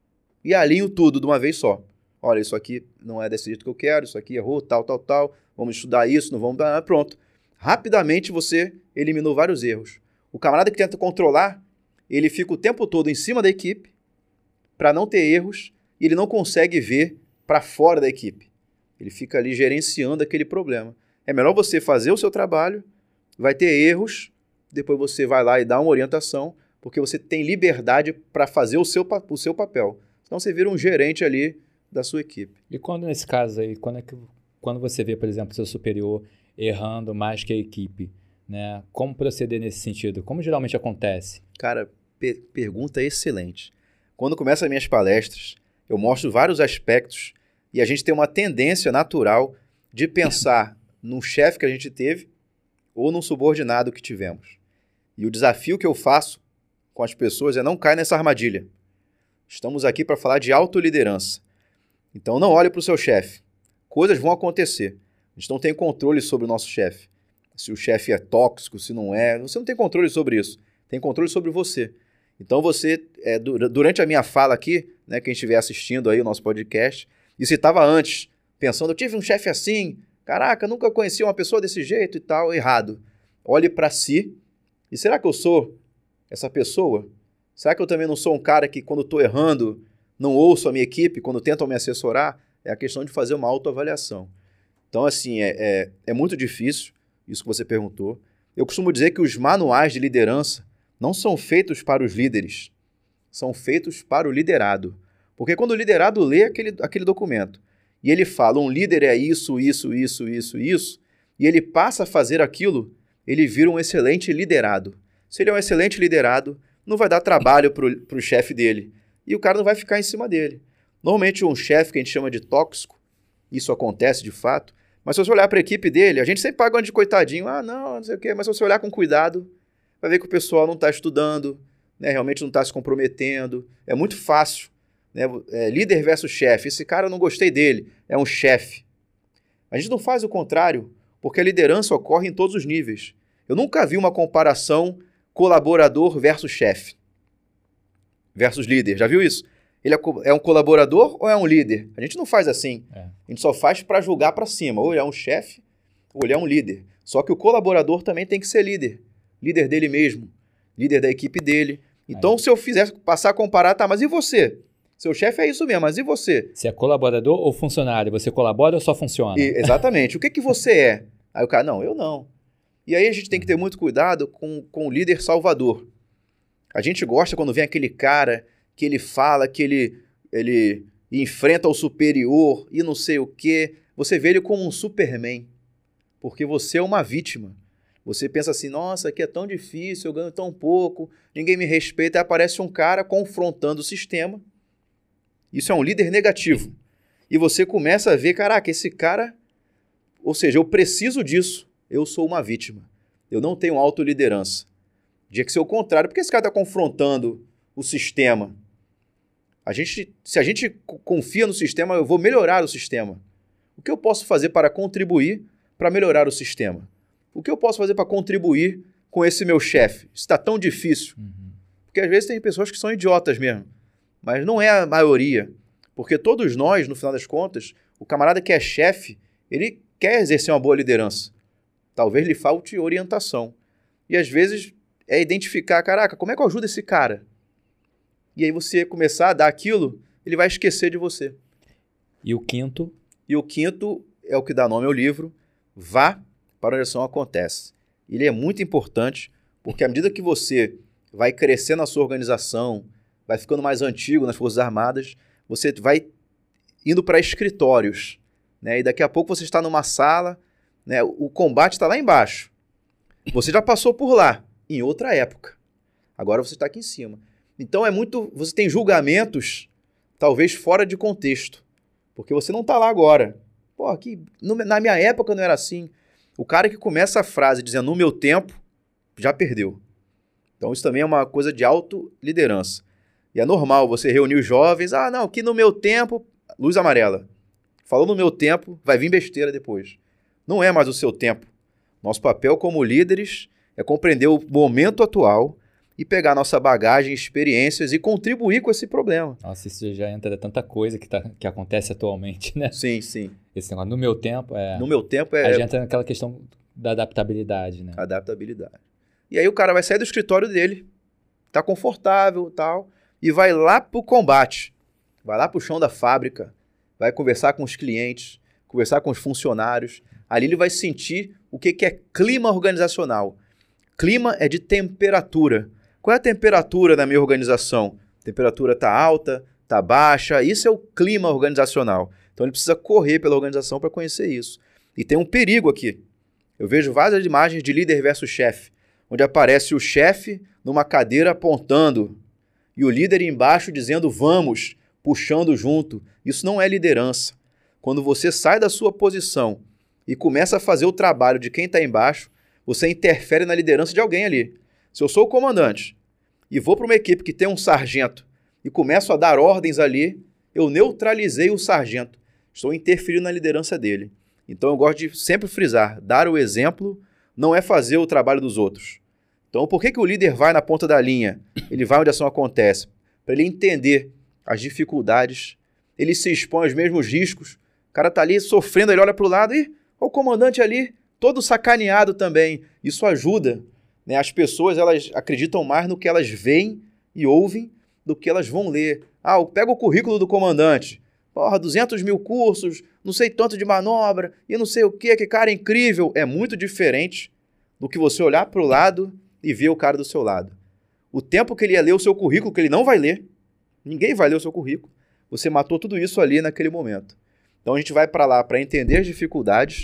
e alinho tudo de uma vez só. Olha, isso aqui não é desse jeito que eu quero, isso aqui errou, tal, tal, tal. Vamos estudar isso, não vamos dar... Pronto. Rapidamente você eliminou vários erros. O camarada que tenta controlar, ele fica o tempo todo em cima da equipe para não ter erros e ele não consegue ver para fora da equipe. Ele fica ali gerenciando aquele problema. É melhor você fazer o seu trabalho, vai ter erros, depois você vai lá e dá uma orientação, porque você tem liberdade para fazer o seu, o seu papel. Senão você vira um gerente ali da sua equipe. E quando nesse caso aí, quando, é que, quando você vê, por exemplo, seu superior errando mais que a equipe, né? Como proceder nesse sentido? Como geralmente acontece? Cara, per- pergunta excelente. Quando começam as minhas palestras, eu mostro vários aspectos e a gente tem uma tendência natural de pensar num chefe que a gente teve ou num subordinado que tivemos. E o desafio que eu faço com as pessoas é não cair nessa armadilha. Estamos aqui para falar de autoliderança. Então não olhe para o seu chefe. Coisas vão acontecer. A gente não tem controle sobre o nosso chefe. Se o chefe é tóxico, se não é, você não tem controle sobre isso. Tem controle sobre você. Então você, é, durante a minha fala aqui, né, quem estiver assistindo aí o nosso podcast, e se estava antes pensando, eu tive um chefe assim, caraca, nunca conheci uma pessoa desse jeito e tal, errado. Olhe para si, e será que eu sou essa pessoa? Será que eu também não sou um cara que quando estou errando, não ouço a minha equipe, quando tentam me assessorar? É a questão de fazer uma autoavaliação. Então, assim, é, é, é muito difícil, isso que você perguntou. Eu costumo dizer que os manuais de liderança não são feitos para os líderes, são feitos para o liderado. Porque quando o liderado lê aquele, aquele documento e ele fala, um líder é isso, isso, isso, isso, isso, e ele passa a fazer aquilo, ele vira um excelente liderado. Se ele é um excelente liderado, não vai dar trabalho para o chefe dele. E o cara não vai ficar em cima dele. Normalmente um chefe que a gente chama de tóxico, isso acontece de fato, mas se você olhar para a equipe dele, a gente sempre paga um de coitadinho, ah não, não sei o quê, mas se você olhar com cuidado, vai ver que o pessoal não está estudando, né, realmente não está se comprometendo. É muito fácil. Né, é, líder versus chefe. Esse cara eu não gostei dele, é um chefe. A gente não faz o contrário, porque a liderança ocorre em todos os níveis. Eu nunca vi uma comparação colaborador versus chefe. Versus líder. Já viu isso? Ele é um colaborador ou é um líder? A gente não faz assim. É. A gente só faz para julgar para cima. Ou ele é um chefe ou ele é um líder. Só que o colaborador também tem que ser líder. Líder dele mesmo, líder da equipe dele. Então, Aí. se eu fizer passar a comparar, tá, mas e você? Seu chefe é isso mesmo, mas e você? Se é colaborador ou funcionário, você colabora ou só funciona? E, exatamente. O que, que você é? Aí o cara, não, eu não. E aí a gente tem que ter muito cuidado com, com o líder salvador. A gente gosta quando vem aquele cara que ele fala, que ele, ele enfrenta o superior e não sei o quê. Você vê ele como um Superman, porque você é uma vítima. Você pensa assim, nossa, aqui é tão difícil, eu ganho tão pouco, ninguém me respeita. Aí aparece um cara confrontando o sistema. Isso é um líder negativo. E você começa a ver, caraca, esse cara... Ou seja, eu preciso disso. Eu sou uma vítima. Eu não tenho autoliderança. Tinha que ser o contrário. Por que esse cara está confrontando o sistema? A gente, se a gente confia no sistema, eu vou melhorar o sistema. O que eu posso fazer para contribuir para melhorar o sistema? O que eu posso fazer para contribuir com esse meu chefe? Isso está tão difícil. Uhum. Porque às vezes tem pessoas que são idiotas mesmo. Mas não é a maioria. Porque todos nós, no final das contas, o camarada que é chefe, ele quer exercer uma boa liderança. Talvez lhe falte orientação. E às vezes é identificar, caraca, como é que eu ajudo esse cara? E aí você começar a dar aquilo, ele vai esquecer de você. E o quinto? E o quinto é o que dá nome ao livro, vá para onde a ação acontece. Ele é muito importante, porque à medida que você vai crescendo na sua organização, vai ficando mais antigo nas Forças Armadas, você vai indo para escritórios, né? E daqui a pouco você está numa sala, né? O combate está lá embaixo. Você já passou por lá, em outra época. Agora você está aqui em cima. Então é muito... Você tem julgamentos, talvez fora de contexto, porque você não está lá agora. Pô, aqui, no, na minha época não era assim. O cara que começa a frase dizendo no meu tempo, já perdeu. Então isso também é uma coisa de autoliderança. E é normal você reunir os jovens, ah, não, que no meu tempo, luz amarela. Falou no meu tempo, vai vir besteira depois. Não é mais o seu tempo. Nosso papel como líderes é compreender o momento atual e pegar nossa bagagem, experiências e contribuir com esse problema. Nossa, isso já entra tanta coisa que, tá, que acontece atualmente, né? Sim, sim. Esse negócio, no meu tempo, é... No meu tempo é... Aí já entra naquela questão da adaptabilidade, né? Adaptabilidade. E aí o cara vai sair do escritório dele, tá confortável e tal, e vai lá pro combate. Vai lá pro chão da fábrica, vai conversar com os clientes, conversar com os funcionários. Ali ele vai sentir o que, que é clima organizacional. Clima é de temperatura. Qual é a temperatura da minha organização? A temperatura está alta, está baixa, isso é o clima organizacional. Então ele precisa correr pela organização para conhecer isso. E tem um perigo aqui. Eu vejo várias imagens de líder versus chefe, onde aparece o chefe numa cadeira apontando e o líder embaixo dizendo vamos, puxando junto. Isso não é liderança. Quando você sai da sua posição e começa a fazer o trabalho de quem está embaixo, você interfere na liderança de alguém ali. Se eu sou o comandante e vou para uma equipe que tem um sargento e começo a dar ordens ali, eu neutralizei o sargento. Estou interferindo na liderança dele. Então eu gosto de sempre frisar, dar o exemplo não é fazer o trabalho dos outros. Então por que, que o líder vai na ponta da linha? Ele vai onde a ação acontece. Para ele entender as dificuldades, ele se expõe aos mesmos riscos. O cara está ali sofrendo, ele olha para o lado e o comandante ali, todo sacaneado também. Isso ajuda, né? As pessoas elas acreditam mais no que elas veem e ouvem do que elas vão ler. Ah, pega o currículo do comandante. Porra, duzentos mil cursos, não sei tanto de manobra, e não sei o que, que cara incrível. É muito diferente do que você olhar para o lado e ver o cara do seu lado. O tempo que ele ia ler o seu currículo, que ele não vai ler, ninguém vai ler o seu currículo, você matou tudo isso ali naquele momento. Então a gente vai para lá para entender as dificuldades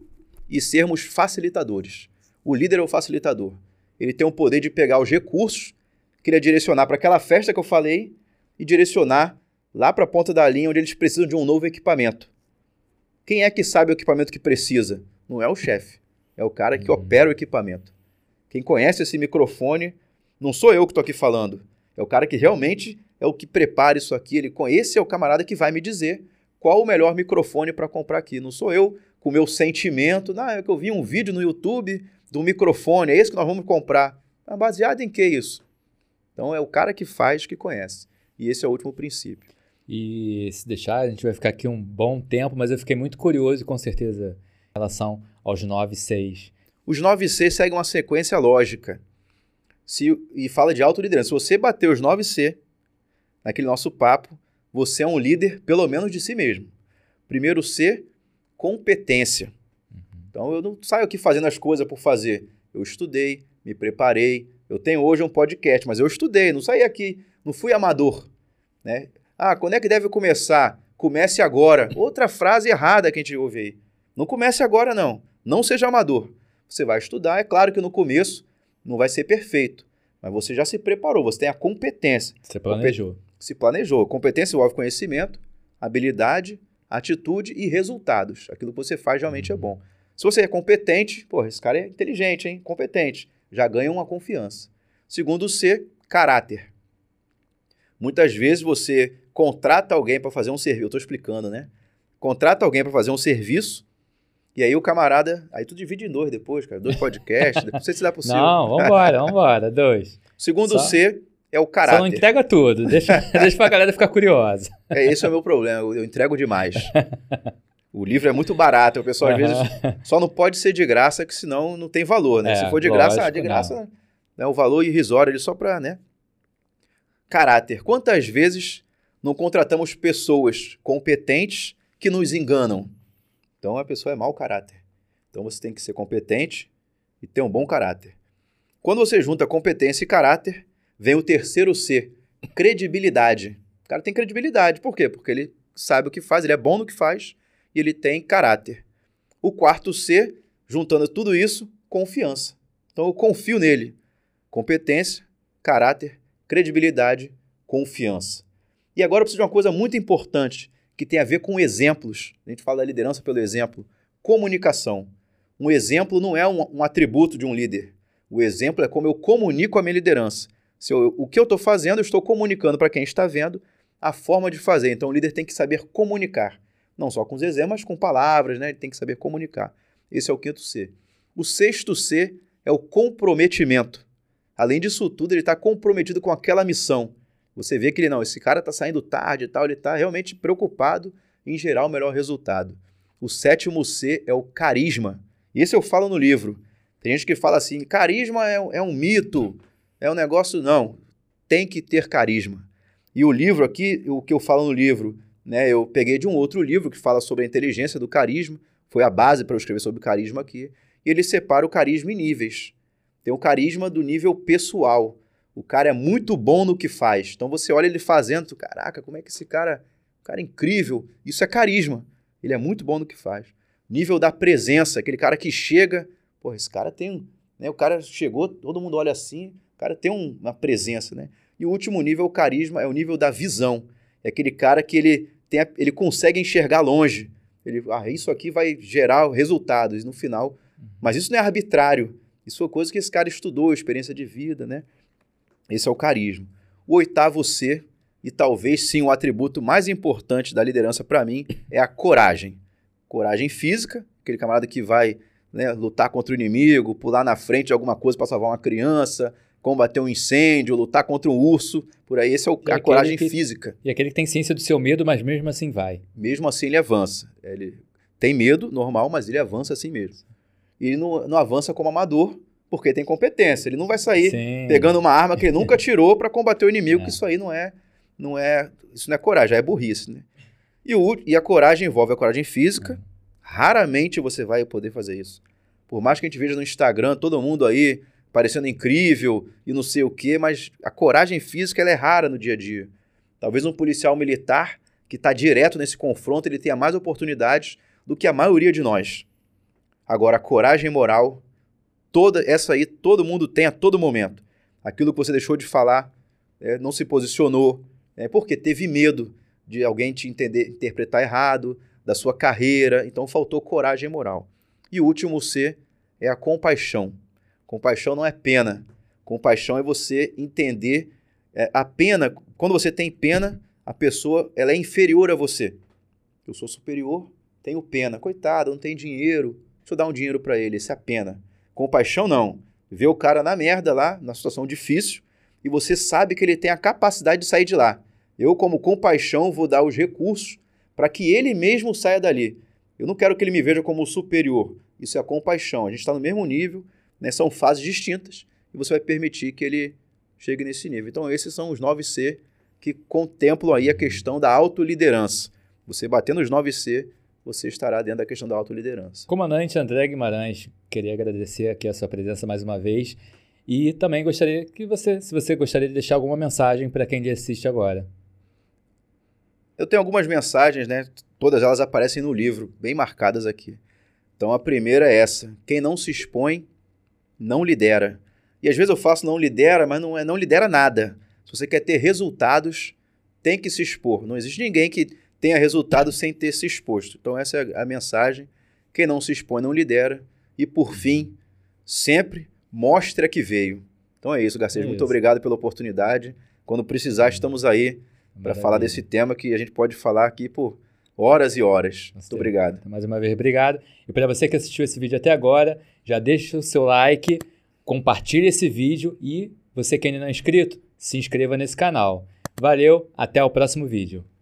e sermos facilitadores. O líder é o facilitador. Ele tem o poder de pegar os recursos que ele ia direcionar para aquela festa que eu falei e direcionar lá para a ponta da linha onde eles precisam de um novo equipamento. Quem é que sabe o equipamento que precisa? Não é o chefe, é o cara que uhum. opera o equipamento. Quem conhece esse microfone, não sou eu que estou aqui falando, é o cara que realmente é o que prepara isso aqui. Ele, esse é o camarada que vai me dizer qual o melhor microfone para comprar aqui. Não sou eu com o meu sentimento, não, é que eu vi um vídeo no YouTube do microfone, é esse que nós vamos comprar. Mas baseado em que isso? Então é o cara que faz, que conhece. E esse é o último princípio. E se deixar, a gente vai ficar aqui um bom tempo, mas eu fiquei muito curioso e com certeza relação aos nove Cs? Os nove C seguem uma sequência lógica Se, e fala de autoliderança. Se você bater os nove C naquele nosso papo, você é um líder pelo menos de si mesmo. Primeiro C, competência. Uhum. Então eu não saio aqui fazendo as coisas por fazer. Eu estudei, me preparei. Eu tenho hoje um podcast, mas eu estudei, não saí aqui, não fui amador. Né? Ah, quando é que deve começar? Comece agora. Outra frase errada que a gente ouve aí. Não comece agora, não. Não seja amador. Você vai estudar, é claro que no começo não vai ser perfeito, mas você já se preparou, você tem a competência. Você planejou. Se planejou. Competência envolve conhecimento, habilidade, atitude e resultados. Aquilo que você faz realmente é bom. Se você é competente, pô, esse cara é inteligente, hein? Competente. Já ganha uma confiança. Segundo C, caráter. Muitas vezes você contrata alguém para fazer um serviço. Eu estou explicando, né? Contrata alguém para fazer um serviço e aí o camarada... Aí tu divide em dois depois, cara. Dois podcasts. Depois não sei se dá possível. Não, vambora, vambora. Dois. Segundo Só... C é o caráter. Só não entrega tudo. Deixa, deixa pra galera ficar curiosa. É, esse é o meu problema. Eu, eu entrego demais. O livro é muito barato. O pessoal, às vezes, só não pode ser de graça, que senão não tem valor, né? É, se for de lógico, graça, ah, de graça, né? O valor irrisório ali só para, né? Caráter. Quantas vezes não contratamos pessoas competentes que nos enganam? Então, a pessoa é mau caráter. Então, você tem que ser competente e ter um bom caráter. Quando você junta competência e caráter, vem o terceiro C, credibilidade. O cara tem credibilidade. Por quê? Porque ele sabe o que faz, ele é bom no que faz e ele tem caráter. O quarto C, juntando tudo isso, confiança. Então, eu confio nele. Competência, caráter, credibilidade, confiança. E agora eu preciso de uma coisa muito importante, que tem a ver com exemplos. A gente fala da liderança pelo exemplo. Comunicação. Um exemplo não é um, um atributo de um líder. O exemplo é como eu comunico a minha liderança. Se eu, o que eu estou fazendo, eu estou comunicando para quem está vendo a forma de fazer. Então, o líder tem que saber comunicar. Não só com os exemplos, mas com palavras, né? Ele tem que saber comunicar. Esse é o quinto C. O sexto C é o comprometimento. Além disso tudo, ele está comprometido com aquela missão. Você vê que ele, não, esse cara está saindo tarde e tal, ele está realmente preocupado em gerar o melhor resultado. O sétimo C é o carisma. E esse eu falo no livro. Tem gente que fala assim, carisma é, é um mito, é um negócio... Não, tem que ter carisma. E o livro aqui, o que eu falo no livro, né, eu peguei de um outro livro que fala sobre a inteligência do carisma, foi a base para eu escrever sobre carisma aqui, e ele separa o carisma em níveis. Tem o carisma do nível pessoal. O cara é muito bom no que faz. Então você olha ele fazendo, caraca, como é que esse cara... O cara é incrível. Isso é carisma. Ele é muito bom no que faz. Nível da presença, aquele cara que chega... Pô, esse cara tem um... Né, o cara chegou, todo mundo olha assim, o cara tem um, uma presença, né? E o último nível, o carisma, é o nível da visão. É aquele cara que ele, tem a, ele consegue enxergar longe. Ele, ah, isso aqui vai gerar resultados no final. Mas isso não é arbitrário. Isso foi coisa que esse cara estudou, experiência de vida, né? Esse é o carisma. O oitavo C, e talvez sim o atributo mais importante da liderança para mim, é a coragem. Coragem física, aquele camarada que vai, né, lutar contra o inimigo, pular na frente de alguma coisa para salvar uma criança, combater um incêndio, lutar contra um urso, por aí. Esse é o, a coragem que, física. E aquele que tem ciência do seu medo, mas mesmo assim vai. Mesmo assim ele avança. Ele tem medo, normal, mas ele avança assim mesmo. E ele não, não avança como amador, porque tem competência. Ele não vai sair Sim. pegando uma arma que ele nunca tirou para combater o inimigo, é. que isso aí não é, não é, isso não é coragem, já é burrice, né? E, o, e a coragem envolve a coragem física. É. Raramente você vai poder fazer isso. Por mais que a gente veja no Instagram todo mundo aí parecendo incrível e não sei o quê, mas a coragem física ela é rara no dia a dia. Talvez um policial militar que está direto nesse confronto, ele tenha mais oportunidades do que a maioria de nós. Agora, a coragem moral, toda essa aí, todo mundo tem a todo momento. Aquilo que você deixou de falar, é, não se posicionou, é, porque teve medo de alguém te entender, interpretar errado, da sua carreira, então faltou coragem moral. E o último C é a compaixão. Compaixão não é pena. Compaixão é você entender é, a pena. Quando você tem pena, a pessoa ela é inferior a você. Eu sou superior, tenho pena. Coitado, não tem dinheiro. Deixa eu dar um dinheiro para ele. Isso é a pena. Compaixão não. Vê o cara na merda lá, na situação difícil, e você sabe que ele tem a capacidade de sair de lá. Eu, como compaixão, vou dar os recursos para que ele mesmo saia dali. Eu não quero que ele me veja como superior. Isso é a compaixão. A gente está no mesmo nível, né? São fases distintas e você vai permitir que ele chegue nesse nível. Então, esses são os nove C que contemplam aí a questão da autoliderança. Você batendo os nove C, você estará dentro da questão da autoliderança. Comandante André Guimarães, queria agradecer aqui a sua presença mais uma vez e também gostaria que você, se você gostaria de deixar alguma mensagem para quem lhe assiste agora. Eu tenho algumas mensagens, né? Todas elas aparecem no livro, bem marcadas aqui. Então, a primeira é essa: quem não se expõe, não lidera. E às vezes eu faço não lidera, mas não, é, não lidera nada. Se você quer ter resultados, tem que se expor. Não existe ninguém que tenha resultado sem ter se exposto. Então essa é a mensagem. Quem não se expõe, não lidera. E por fim, sempre mostre a que veio. Então é isso, Garcês. É Muito isso. Obrigado pela oportunidade. Quando precisar, estamos aí para falar desse tema que a gente pode falar aqui por horas e horas. Muito Gostei. Obrigado. Mais uma vez, obrigado. E para você que assistiu esse vídeo até agora, já deixa o seu like, compartilhe esse vídeo e você que ainda não é inscrito, se inscreva nesse canal. Valeu, até o próximo vídeo.